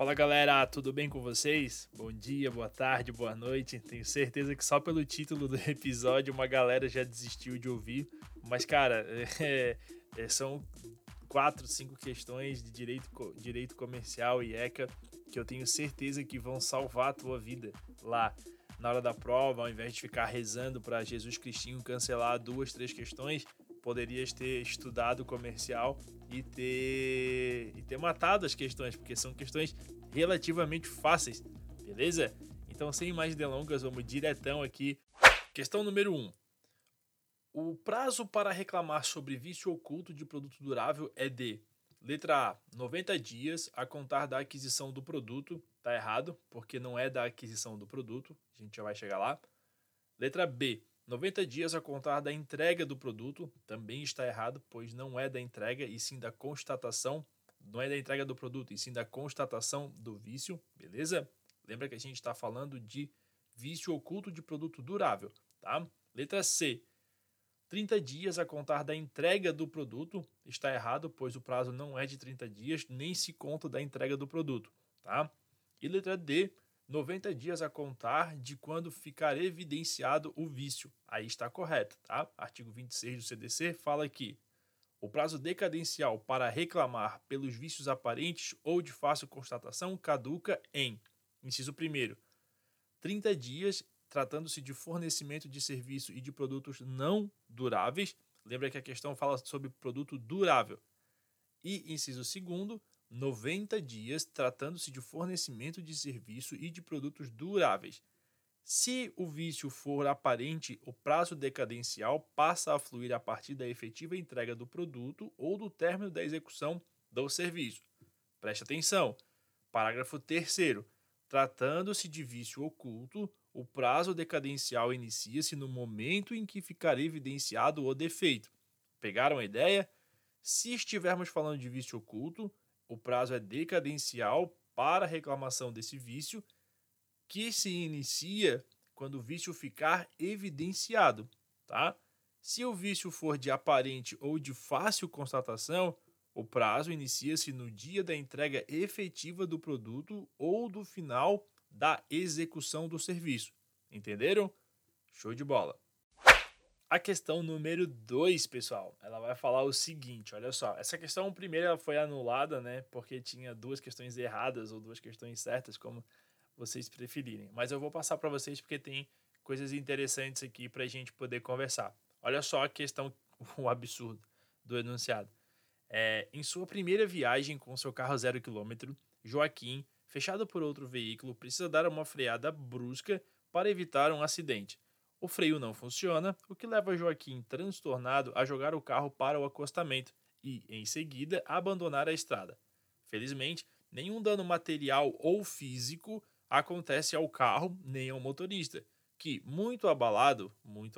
Fala galera, tudo bem com vocês? Bom dia, boa tarde, boa noite. Tenho certeza que só pelo título do episódio uma galera já desistiu de ouvir. Mas cara, são 4, 5 questões de direito comercial e ECA que eu tenho certeza que vão salvar a tua vida lá na hora da prova. Ao invés de ficar rezando para Jesus Cristinho cancelar 2, 3 questões, poderias ter estudado comercial e ter matado as questões, porque são questões relativamente fáceis, beleza? Então, sem mais delongas, vamos diretão aqui. Questão número 1. O prazo para reclamar sobre vício oculto de produto durável é de letra A, 90 dias a contar da aquisição do produto. Tá errado, porque não é da aquisição do produto, a gente já vai chegar lá. Letra B, 90 dias a contar da entrega do produto. Também está errado, pois não é da entrega e sim da constatação. Não é da entrega do produto e sim da constatação do vício, beleza? Lembra que a gente está falando de vício oculto de produto durável, tá? Letra C, 30 dias a contar da entrega do produto. Está errado, pois o prazo não é de 30 dias, nem se conta da entrega do produto, tá? E letra D, 90 dias a contar de quando ficar evidenciado o vício. Aí está correto, tá? Artigo 26 do CDC fala que o prazo decadencial para reclamar pelos vícios aparentes ou de fácil constatação caduca em, inciso 1º, 30 dias, tratando-se de fornecimento de serviço e de produtos não duráveis. Lembra que a questão fala sobre produto durável. E, inciso 2º, 90 dias, tratando-se de fornecimento de serviço e de produtos duráveis. Se o vício for aparente, o prazo decadencial passa a fluir a partir da efetiva entrega do produto ou do término da execução do serviço. Preste atenção. Parágrafo 3º. Tratando-se de vício oculto, o prazo decadencial inicia-se no momento em que ficar evidenciado o defeito. Pegaram a ideia? Se estivermos falando de vício oculto, o prazo é decadencial para a reclamação desse vício, que se inicia quando o vício ficar evidenciado, tá? Se o vício for de aparente ou de fácil constatação, o prazo inicia-se no dia da entrega efetiva do produto ou do final da execução do serviço. Entenderam? Show de bola! A questão número 2, pessoal, ela vai falar o seguinte, olha só. Essa questão primeira foi anulada, né? Porque tinha 2 questões erradas ou 2 questões certas, como vocês preferirem. Mas eu vou passar para vocês porque tem coisas interessantes aqui para a gente poder conversar. Olha só a questão, o absurdo do enunciado. Em sua primeira viagem com seu carro 0 km, Joaquim, fechado por outro veículo, precisa dar uma freada brusca para evitar um acidente. O freio não funciona, o que leva Joaquim, transtornado, a jogar o carro para o acostamento e, em seguida, a abandonar a estrada. Felizmente, nenhum dano material ou físico acontece ao carro nem ao motorista, que, muito abalado,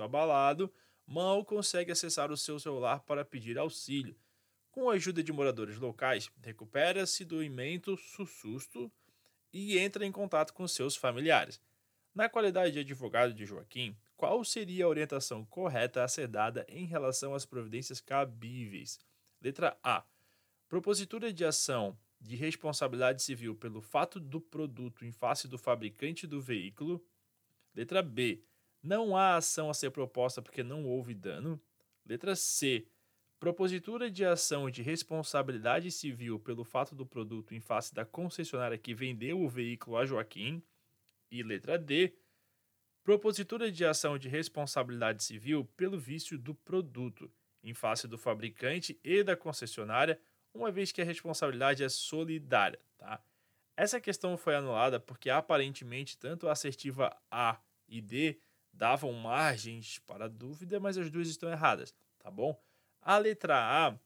mal consegue acessar o seu celular para pedir auxílio. Com a ajuda de moradores locais, recupera-se do imenso susto e entra em contato com seus familiares. Na qualidade de advogado de Joaquim, qual seria a orientação correta a ser dada em relação às providências cabíveis? Letra A. Propositura de ação de responsabilidade civil pelo fato do produto em face do fabricante do veículo. Letra B. Não há ação a ser proposta porque não houve dano. Letra C. Propositura de ação de responsabilidade civil pelo fato do produto em face da concessionária que vendeu o veículo a Joaquim. E letra D. Propositura de ação de responsabilidade civil pelo vício do produto em face do fabricante e da concessionária, uma vez que a responsabilidade é solidária, tá? Essa questão foi anulada porque aparentemente tanto a assertiva A e D davam margens para dúvida, mas as duas estão erradas, tá bom? A letra A,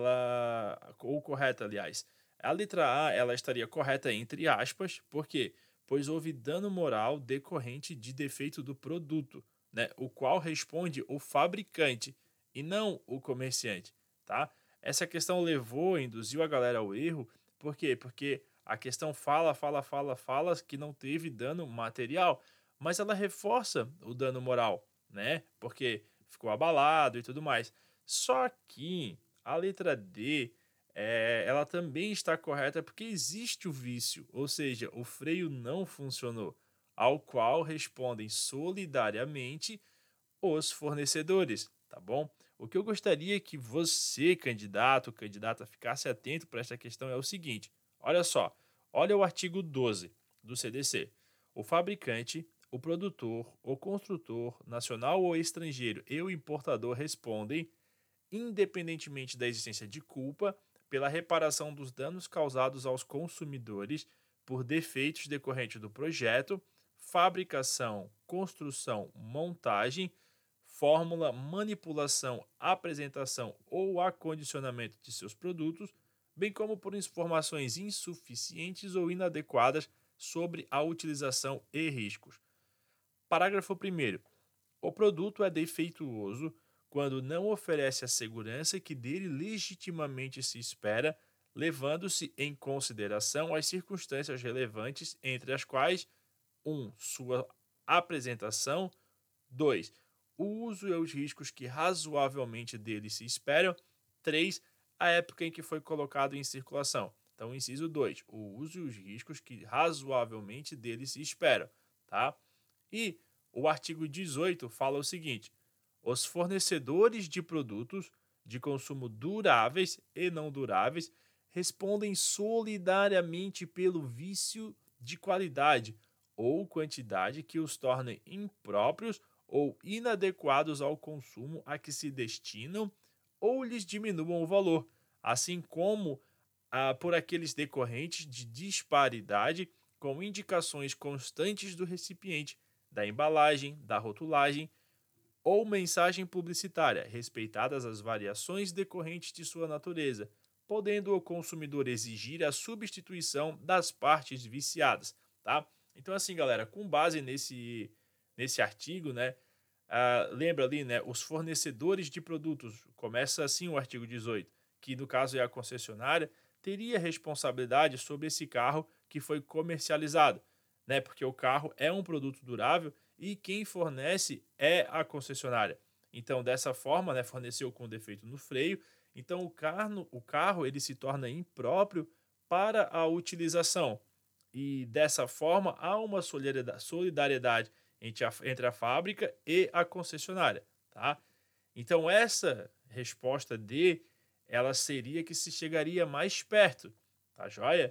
ou correta, aliás, a letra A ela estaria correta entre aspas, porque pois houve dano moral decorrente de defeito do produto, né, o qual responde o fabricante e não o comerciante, tá? Essa questão induziu a galera ao erro, por quê? Porque a questão fala que não teve dano material, mas ela reforça o dano moral, né? Porque ficou abalado e tudo mais. Só que a letra D, ela também está correta porque existe o vício, ou seja, o freio não funcionou, ao qual respondem solidariamente os fornecedores, tá bom? O que eu gostaria que você, candidato, candidata, ficasse atento para esta questão é o seguinte: olha só, olha o artigo 12 do CDC. O fabricante, o produtor, o construtor, nacional ou estrangeiro e o importador respondem, independentemente da existência de culpa, pela reparação dos danos causados aos consumidores por defeitos decorrentes do projeto, fabricação, construção, montagem, fórmula, manipulação, apresentação ou acondicionamento de seus produtos, bem como por informações insuficientes ou inadequadas sobre a utilização e riscos. Parágrafo 1º. O produto é defeituoso quando não oferece a segurança que dele legitimamente se espera, levando-se em consideração as circunstâncias relevantes, entre as quais 1. Sua apresentação, 2. O uso e os riscos que razoavelmente dele se esperam, 3. A época em que foi colocado em circulação. Então, inciso 2. O uso e os riscos que razoavelmente dele se esperam, tá? E o artigo 18 fala o seguinte: os fornecedores de produtos de consumo duráveis e não duráveis respondem solidariamente pelo vício de qualidade ou quantidade que os tornem impróprios ou inadequados ao consumo a que se destinam ou lhes diminuam o valor, assim como por aqueles decorrentes de disparidade com indicações constantes do recipiente, da embalagem, da rotulagem ou mensagem publicitária, respeitadas as variações decorrentes de sua natureza, podendo o consumidor exigir a substituição das partes viciadas, tá? Então, assim, galera, com base nesse artigo, né, lembra ali, né, os fornecedores de produtos, começa assim o artigo 18, que no caso é a concessionária, teria responsabilidade sobre esse carro que foi comercializado, né, porque o carro é um produto durável e quem fornece é a concessionária. Então, dessa forma, né, forneceu com defeito no freio, então o carro ele se torna impróprio para a utilização. E dessa forma há uma solidariedade entre a fábrica e a concessionária, tá? Então essa resposta D, ela seria que se chegaria mais perto, tá joia?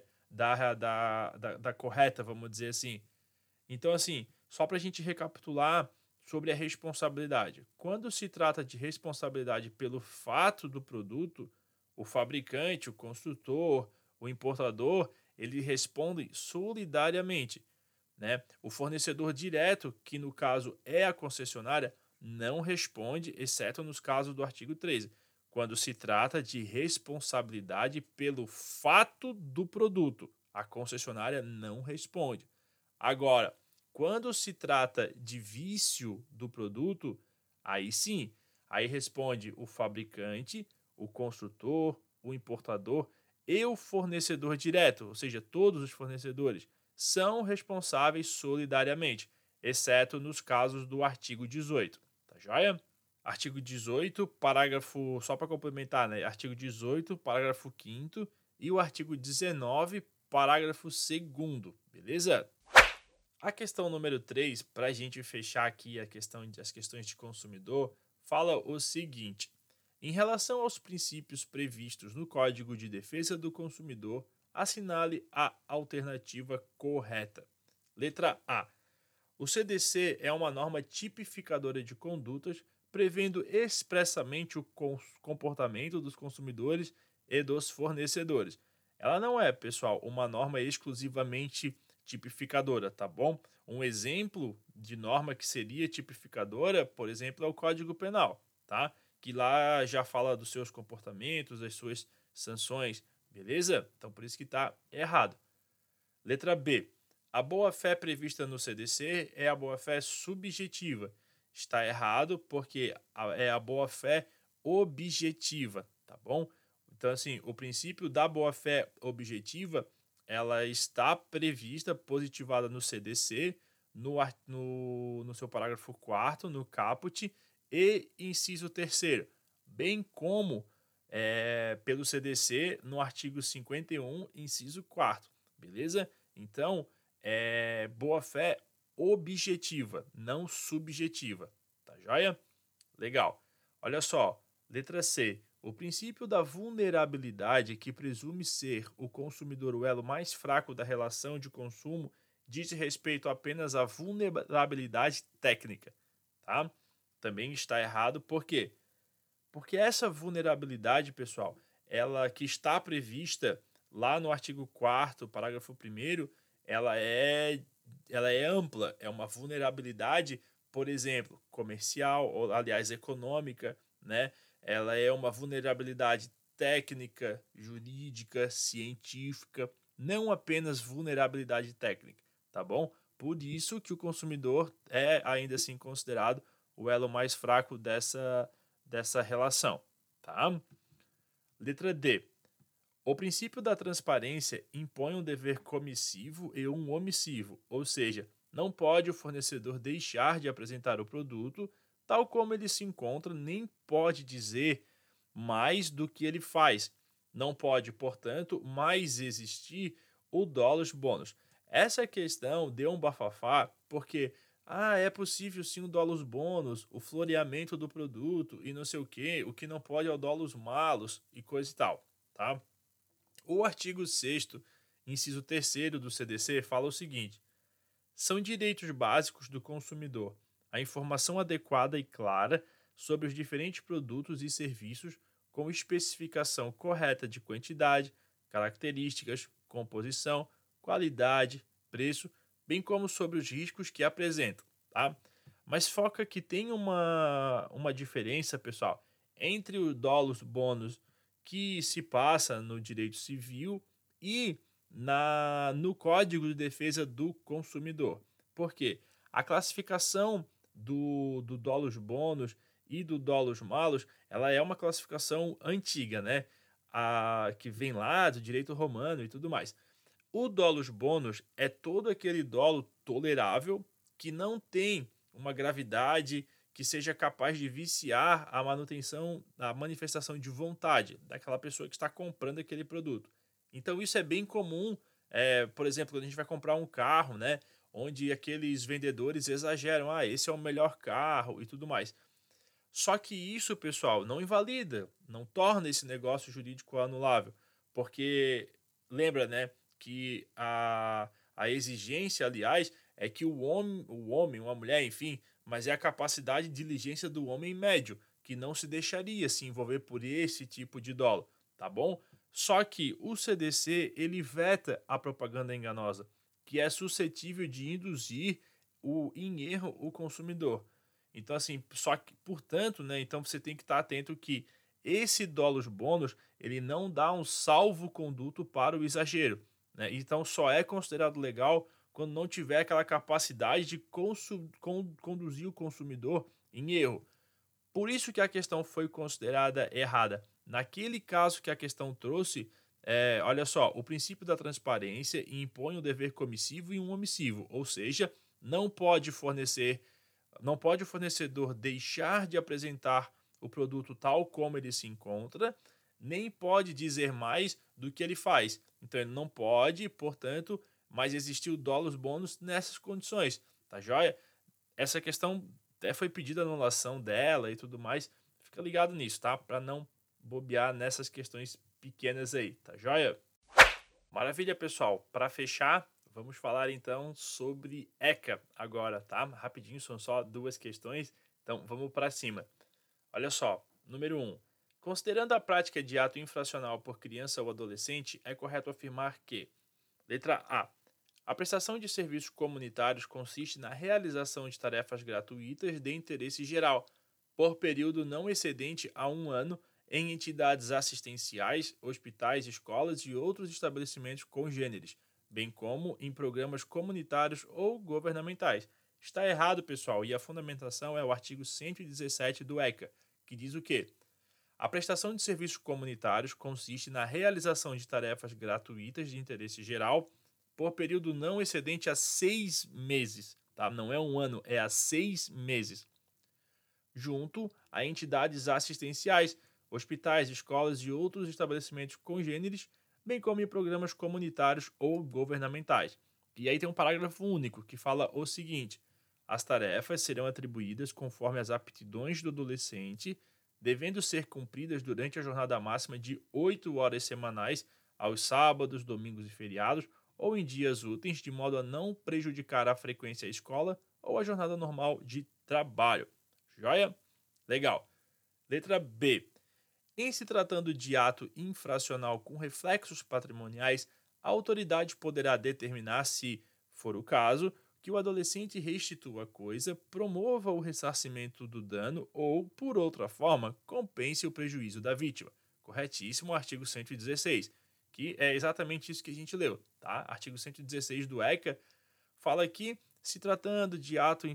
Da correta, vamos dizer assim. Então, assim, só para a gente recapitular sobre a responsabilidade. Quando se trata de responsabilidade pelo fato do produto, o fabricante, o construtor, o importador, ele responde solidariamente, né? O fornecedor direto, que no caso é a concessionária, não responde, exceto nos casos do artigo 13, quando se trata de responsabilidade pelo fato do produto. A concessionária não responde. Agora, quando se trata de vício do produto, aí sim, aí responde o fabricante, o construtor, o importador e o fornecedor direto, ou seja, todos os fornecedores são responsáveis solidariamente, exceto nos casos do artigo 18, tá joia? Artigo 18, parágrafo, só para complementar, né? Artigo 18, parágrafo 5º e o artigo 19, parágrafo 2º, beleza? A questão número 3, para a gente fechar aqui as questões de consumidor, fala o seguinte: em relação aos princípios previstos no Código de Defesa do Consumidor, assinale a alternativa correta. Letra A. O CDC é uma norma tipificadora de condutas, prevendo expressamente o comportamento dos consumidores e dos fornecedores. Ela não é, pessoal, uma norma exclusivamente tipificadora, tá bom? Um exemplo de norma que seria tipificadora, por exemplo, é o Código Penal, tá? Que lá já fala dos seus comportamentos, das suas sanções, beleza? Então por isso que está errado. Letra B. A boa-fé prevista no CDC é a boa-fé subjetiva. Está errado porque é a boa-fé objetiva, tá bom? Então, assim, o princípio da boa-fé objetiva, ela está prevista, positivada no CDC, no seu parágrafo 4º, no caput, e inciso 3º, bem como pelo CDC no artigo 51, inciso 4º, beleza? Então, boa-fé objetiva, não subjetiva, tá joia? Legal. Olha só, letra C. O princípio da vulnerabilidade, que presume ser o consumidor o elo mais fraco da relação de consumo, diz respeito apenas à vulnerabilidade técnica, tá? Também está errado, por quê? Porque essa vulnerabilidade, pessoal, ela que está prevista lá no artigo 4º, parágrafo 1º, ela é ampla, é uma vulnerabilidade, por exemplo, comercial, ou aliás, econômica, né? Ela é uma vulnerabilidade técnica, jurídica, científica, não apenas vulnerabilidade técnica, tá bom? Por isso que o consumidor é ainda assim considerado o elo mais fraco dessa relação, tá? Letra D. O princípio da transparência impõe um dever comissivo e um omissivo, ou seja, não pode o fornecedor deixar de apresentar o produto tal como ele se encontra, nem pode dizer mais do que ele faz. Não pode, portanto, mais existir o dólus bônus. Essa questão deu um bafafá porque é possível sim o dólus bônus, o floreamento do produto e não sei o que não pode é o dólus malus e coisa e tal, tá? O artigo 6º, inciso 3º do CDC fala o seguinte: são direitos básicos do consumidor a informação adequada e clara sobre os diferentes produtos e serviços com especificação correta de quantidade, características, composição, qualidade, preço, bem como sobre os riscos que apresentam, tá? Mas foca que tem uma diferença, pessoal, entre o dólus bônus que se passa no direito civil e no Código de Defesa do Consumidor. Por quê? A classificação do dólus bônus e do dólus malus, ela é uma classificação antiga, né? Que vem lá do direito romano e tudo mais. O dólus bônus é todo aquele dolo tolerável que não tem uma gravidade que seja capaz de viciar a manutenção, a manifestação de vontade daquela pessoa que está comprando aquele produto. Então isso é bem comum, por exemplo, quando a gente vai comprar um carro, né, onde aqueles vendedores exageram, esse é o melhor carro e tudo mais. Só que isso, pessoal, não invalida, não torna esse negócio jurídico anulável, porque lembra, né, que a exigência, aliás, é que o homem, uma mulher, enfim, mas é a capacidade de diligência do homem médio, que não se deixaria se envolver por esse tipo de dolo, tá bom? Só que o CDC, ele veta a propaganda enganosa, que é suscetível de induzir em erro o consumidor. Então, assim, só que, portanto, né, então você tem que estar atento que esse dólus bônus, ele não dá um salvo-conduto para o exagero, né? Então, só é considerado legal quando não tiver aquela capacidade de conduzir o consumidor em erro. Por isso que a questão foi considerada errada. Naquele caso que a questão trouxe, olha só, o princípio da transparência impõe um dever comissivo e um omissivo, ou seja, não pode o fornecedor deixar de apresentar o produto tal como ele se encontra, nem pode dizer mais do que ele faz. Então ele não pode, portanto, mais existir o dólus bônus nessas condições, tá joia? Essa questão até foi pedida a anulação dela e tudo mais. Fica ligado nisso, tá? Para não bobear nessas questões pequenas aí, tá joia? Maravilha, pessoal. Para fechar, vamos falar então sobre ECA agora, tá? Rapidinho, são só 2 questões, então vamos para cima. Olha só, número 1. Considerando a prática de ato infracional por criança ou adolescente, é correto afirmar que: letra A. A prestação de serviços comunitários consiste na realização de tarefas gratuitas de interesse geral, por período não excedente a 1 ano, em entidades assistenciais, hospitais, escolas e outros estabelecimentos congêneres, bem como em programas comunitários ou governamentais. Está errado, pessoal, e a fundamentação é o artigo 117 do ECA, que diz o quê? A prestação de serviços comunitários consiste na realização de tarefas gratuitas de interesse geral por período não excedente a 6 meses, tá? Não é 1 ano, é a 6 meses, junto a entidades assistenciais, hospitais, escolas e outros estabelecimentos congêneres, bem como em programas comunitários ou governamentais. E aí tem um parágrafo único que fala o seguinte: as tarefas serão atribuídas conforme as aptidões do adolescente, devendo ser cumpridas durante a jornada máxima de 8 horas semanais aos sábados, domingos e feriados, ou em dias úteis, de modo a não prejudicar a frequência à escola ou a jornada normal de trabalho. Joia? Legal. Letra B. Em se tratando de ato infracional com reflexos patrimoniais, a autoridade poderá determinar, se for o caso, que o adolescente restitua a coisa, promova o ressarcimento do dano ou, por outra forma, compense o prejuízo da vítima. Corretíssimo, artigo 116, que é exatamente isso que a gente leu, tá? Artigo 116 do ECA fala que, se tratando de ato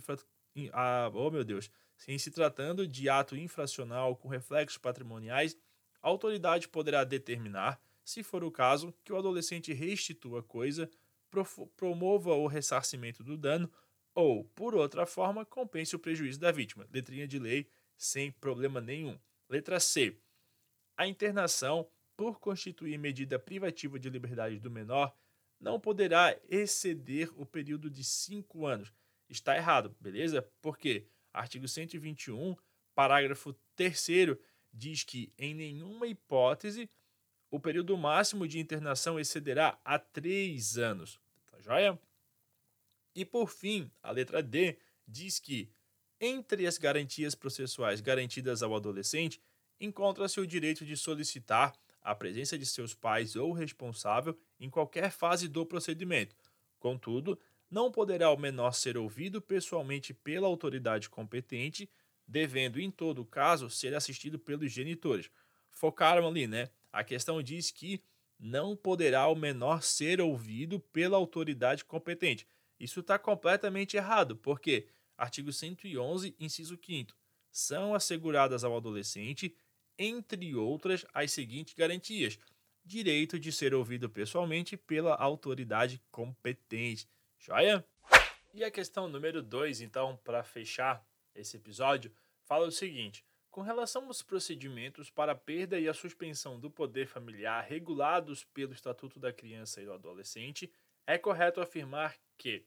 em se tratando de ato infracional com reflexos patrimoniais, a autoridade poderá determinar, se for o caso, que o adolescente restitua a coisa, promova o ressarcimento do dano ou, por outra forma, compense o prejuízo da vítima. Letrinha de lei, sem problema nenhum. Letra C. A internação, por constituir medida privativa de liberdade do menor, não poderá exceder o período de 5 anos. Está errado, beleza? Por quê? Artigo 121, parágrafo 3º, diz que, em nenhuma hipótese, o período máximo de internação excederá a 3 anos. Tá joia? E, por fim, a letra D diz que, entre as garantias processuais garantidas ao adolescente, encontra-se o direito de solicitar a presença de seus pais ou responsável em qualquer fase do procedimento. Contudo, não poderá o menor ser ouvido pessoalmente pela autoridade competente, devendo, em todo caso, ser assistido pelos genitores. Focaram ali, né? A questão diz que não poderá o menor ser ouvido pela autoridade competente. Isso está completamente errado, porque artigo 111, inciso 5º, são asseguradas ao adolescente, entre outras, as seguintes garantias: direito de ser ouvido pessoalmente pela autoridade competente. Joia? E a questão número 2, então, para fechar esse episódio, fala o seguinte: com relação aos procedimentos para a perda e a suspensão do poder familiar regulados pelo Estatuto da Criança e do Adolescente, é correto afirmar que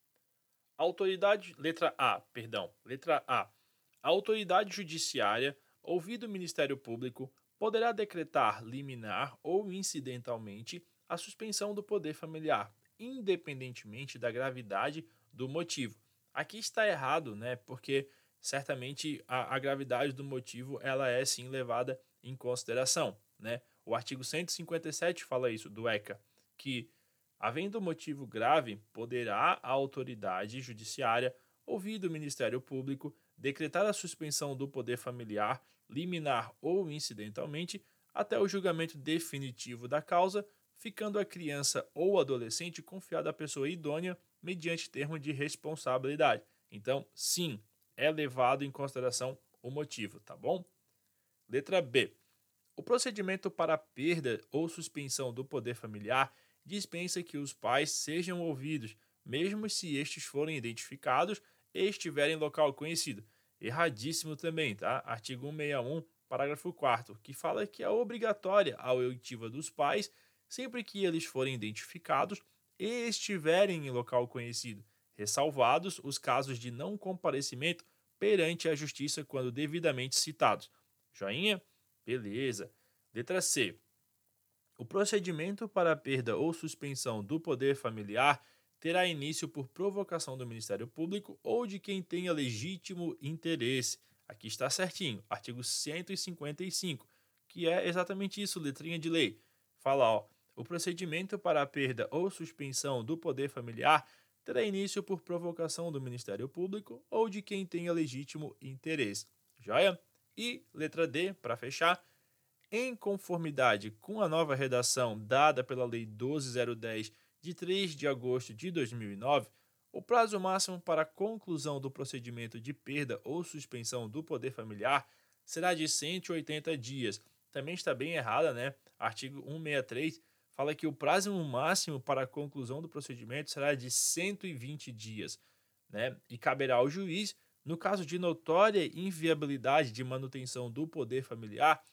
letra A. A autoridade judiciária, ouvido o Ministério Público, poderá decretar liminar ou incidentalmente a suspensão do poder familiar, independentemente da gravidade do motivo. Aqui está errado, né? Porque certamente a gravidade do motivo ela é sim levada em consideração, né? O artigo 157 fala isso do ECA, que, havendo motivo grave, poderá a autoridade judiciária, ouvido o Ministério Público, decretar a suspensão do poder familiar, liminar ou incidentalmente, até o julgamento definitivo da causa, ficando a criança ou adolescente confiada à pessoa idônea mediante termo de responsabilidade. Então, sim, é levado em consideração o motivo, tá bom? Letra B. O procedimento para a perda ou suspensão do poder familiar dispensa que os pais sejam ouvidos, mesmo se estes forem identificados e estiverem em local conhecido. Erradíssimo também, tá? Artigo 161, parágrafo 4º, que fala que é obrigatória a oitiva dos pais sempre que eles forem identificados e estiverem em local conhecido, ressalvados os casos de não comparecimento perante a justiça quando devidamente citados. Joinha? Beleza. Letra C. O procedimento para a perda ou suspensão do poder familiar terá início por provocação do Ministério Público ou de quem tenha legítimo interesse. Aqui está certinho, artigo 155, que é exatamente isso, letrinha de lei. Fala, ó, o procedimento para a perda ou suspensão do poder familiar terá início por provocação do Ministério Público ou de quem tenha legítimo interesse. Joia? E letra D, para fechar, em conformidade com a nova redação dada pela Lei 12.010, de 3 de agosto de 2009, o prazo máximo para a conclusão do procedimento de perda ou suspensão do poder familiar será de 180 dias. Também está bem errada, né? Artigo 163 fala que o prazo máximo para a conclusão do procedimento será de 120 dias, né? E caberá ao juiz, no caso de notória inviabilidade de manutenção do poder familiar,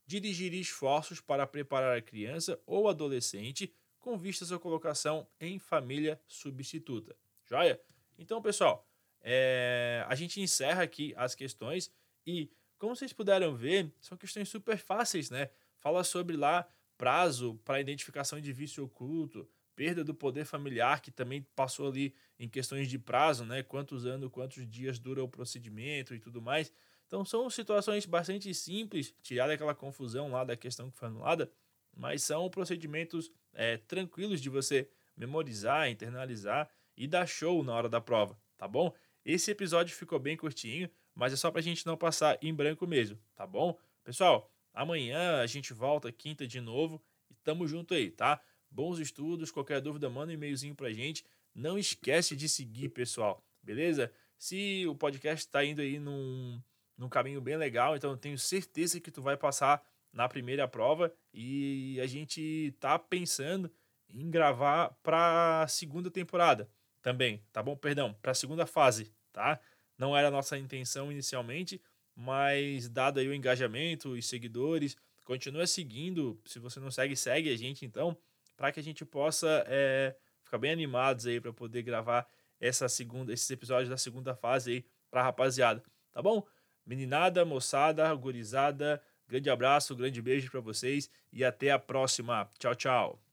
dirigir esforços para preparar a criança ou adolescente com vista à sua colocação em família substituta. Joia? Então, pessoal, a gente encerra aqui as questões e, como vocês puderam ver, são questões super fáceis, né? Fala sobre lá prazo para identificação de vício oculto, perda do poder familiar, que também passou ali em questões de prazo, né? Quantos anos, quantos dias dura o procedimento e tudo mais. Então são situações bastante simples, tirar aquela confusão lá da questão que foi anulada, mas são procedimentos tranquilos de você memorizar, internalizar e dar show na hora da prova, tá bom? Esse episódio ficou bem curtinho, mas é só pra gente não passar em branco mesmo, tá bom? Pessoal, amanhã a gente volta, quinta de novo, e tamo junto aí, tá? Bons estudos, qualquer dúvida, manda um e-mailzinho pra gente. Não esquece de seguir, pessoal, beleza? Se o podcast tá indo aí num caminho bem legal, então eu tenho certeza que tu vai passar na primeira prova e a gente tá pensando em gravar para a segunda temporada também, tá bom? Perdão, para a segunda fase, tá? Não era a nossa intenção inicialmente, mas dado aí o engajamento e seguidores, continua seguindo. Se você não segue, segue a gente então, para que a gente possa ficar bem animados aí para poder gravar esses episódios da segunda fase aí para a rapaziada, tá bom? Meninada, moçada, gurizada, grande abraço, grande beijo para vocês e até a próxima. Tchau, tchau.